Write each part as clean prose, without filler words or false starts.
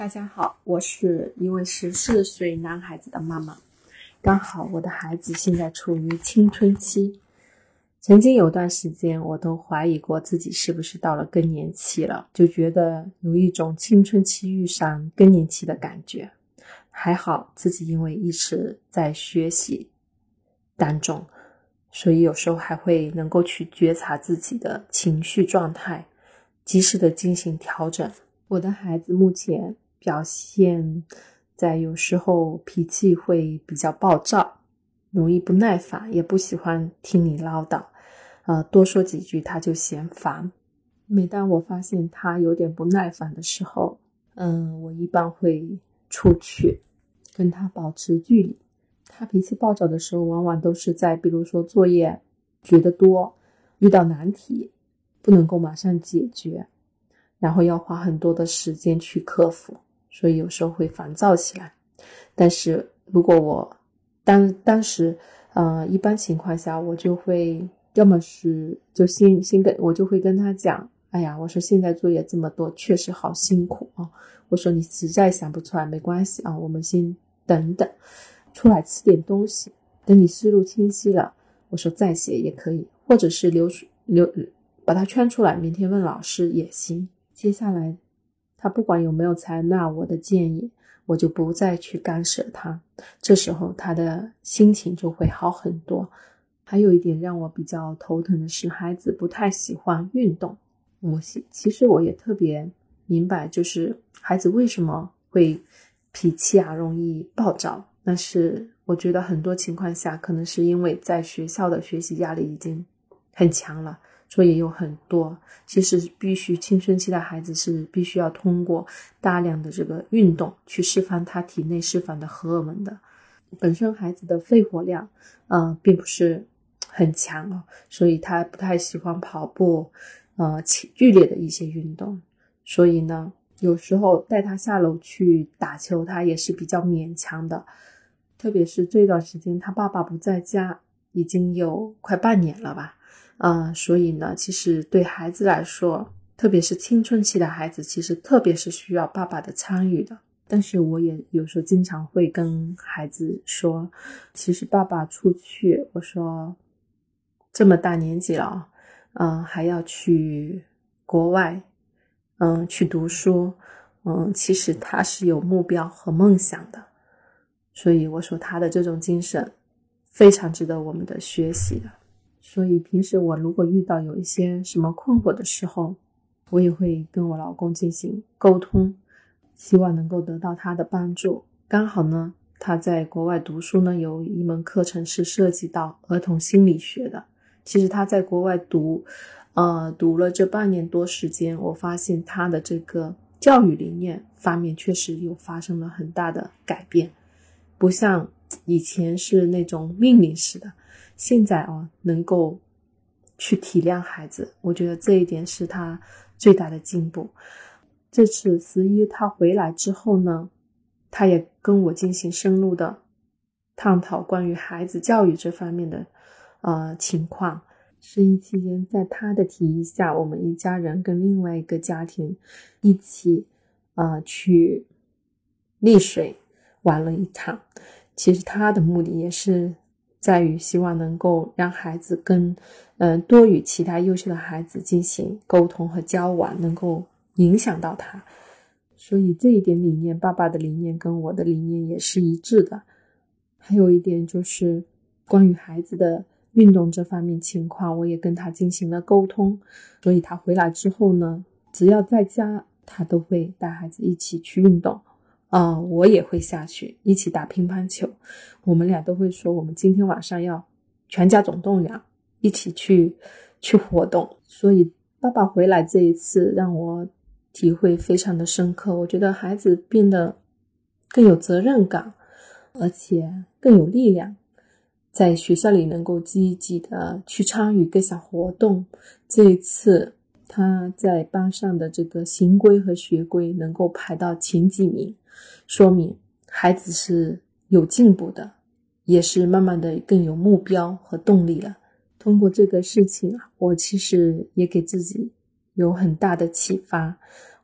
大家好，我是一位14岁男孩子的妈妈。刚好我的孩子现在处于青春期，曾经有段时间我都怀疑过自己是不是到了更年期了，就觉得有一种青春期遇上更年期的感觉。还好自己因为一直在学习当中，所以有时候还会能够去觉察自己的情绪状态，及时的进行调整。我的孩子目前表现在有时候脾气会比较暴躁，容易不耐烦，也不喜欢听你唠叨，多说几句他就嫌烦。每当我发现他有点不耐烦的时候，我一般会出去跟他保持距离。他脾气暴躁的时候，往往都是在比如说作业觉得多，遇到难题不能够马上解决，然后要花很多的时间去克服，所以有时候会烦躁起来。但是如果我当时一般情况下我就会要么是就我就会跟他讲，我说现在作业这么多确实好辛苦啊，我说你实在想不出来没关系啊，我们先等等，出来吃点东西，等你思路清晰了，我说再写也可以，或者是把它圈出来，明天问老师也行。接下来他不管有没有采纳我的建议，我就不再去干涉他，这时候他的心情就会好很多。还有一点让我比较头疼的是，孩子不太喜欢运动。其实我也特别明白，就是孩子为什么会脾气容易暴躁，但是我觉得很多情况下可能是因为在学校的学习压力已经很强了，所以有很多其实青春期的孩子是必须要通过大量的这个运动去释放他体内释放的荷尔蒙的。本身孩子的肺活量并不是很强所以他不太喜欢跑步剧烈的一些运动，所以呢有时候带他下楼去打球他也是比较勉强的。特别是这段时间他爸爸不在家已经有快半年了吧，所以呢其实对孩子来说，特别是青春期的孩子，其实特别是需要爸爸的参与的。但是我也有时候经常会跟孩子说，其实爸爸出去，我说这么大年纪了还要去国外去读书，其实他是有目标和梦想的，所以我说他的这种精神非常值得我们的学习的。所以平时我如果遇到有一些什么困惑的时候，我也会跟我老公进行沟通，希望能够得到他的帮助。刚好呢他在国外读书呢，有一门课程是涉及到儿童心理学的。其实他在国外读了这半年多时间，我发现他的这个教育理念方面确实有发生了很大的改变，不像以前是那种命令式的，现在能够去体谅孩子，我觉得这一点是他最大的进步。这次11他回来之后呢，他也跟我进行深入的探讨关于孩子教育这方面的情况。11期间在他的提议下，我们一家人跟另外一个家庭一起去丽水玩了一趟。其实他的目的也是在于希望能够让孩子跟多与其他优秀的孩子进行沟通和交往，能够影响到他。所以这一点理念，爸爸的理念跟我的理念也是一致的。还有一点就是关于孩子的运动这方面情况，我也跟他进行了沟通，所以他回来之后呢，只要在家他都会带孩子一起去运动我也会下去一起打乒乓球，我们俩都会说我们今天晚上要全家总动员一起去活动。所以爸爸回来这一次让我体会非常的深刻，我觉得孩子变得更有责任感，而且更有力量，在学校里能够积极的去参与各项活动。这一次他在班上的这个行规和学规能够排到前几名，说明孩子是有进步的，也是慢慢的更有目标和动力了。通过这个事情我其实也给自己有很大的启发。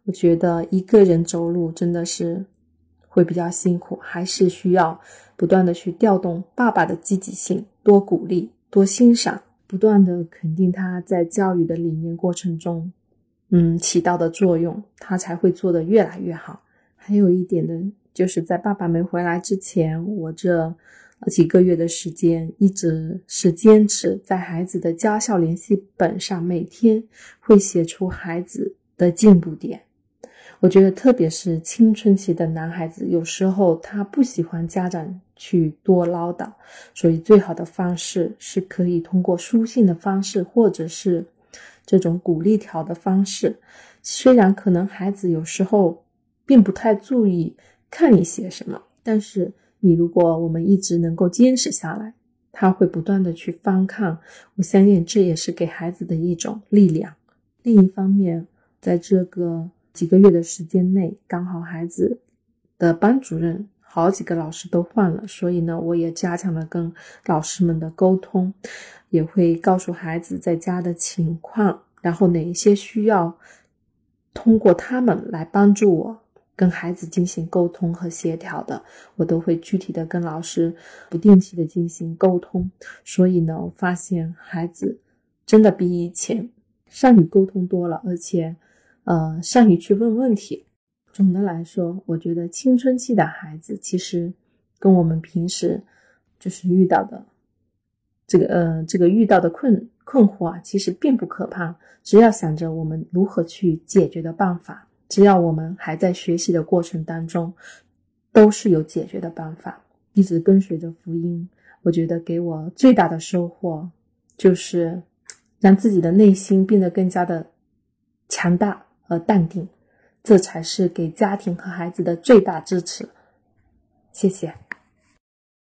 我觉得一个人走路真的是会比较辛苦，还是需要不断的去调动爸爸的积极性，多鼓励，多欣赏，不断的肯定他在教育的理念过程中起到的作用，他才会做得越来越好。还有一点呢，就是在爸爸没回来之前，我这几个月的时间一直是坚持在孩子的家校联系本上每天会写出孩子的进步点。我觉得特别是青春期的男孩子，有时候他不喜欢家长去多唠叨，所以最好的方式是可以通过书信的方式，或者是这种鼓励条的方式。虽然可能孩子有时候并不太注意看你写什么，但是如果我们一直能够坚持下来，他会不断的去翻看，我相信这也是给孩子的一种力量。另一方面，在这个几个月的时间内，刚好孩子的班主任好几个老师都换了，所以呢，我也加强了跟老师们的沟通，也会告诉孩子在家的情况，然后哪一些需要通过他们来帮助我跟孩子进行沟通和协调的，我都会具体的跟老师不定期的进行沟通。所以呢，我发现孩子真的比以前善于沟通多了，而且善于去问问题。总的来说，我觉得青春期的孩子其实跟我们平时就是遇到的这个遇到的困惑啊，其实并不可怕，只要想着我们如何去解决的办法，只要我们还在学习的过程当中，都是有解决的办法。一直跟随着福音，我觉得给我最大的收获就是让自己的内心变得更加的强大和淡定，这才是给家庭和孩子的最大支持。谢谢。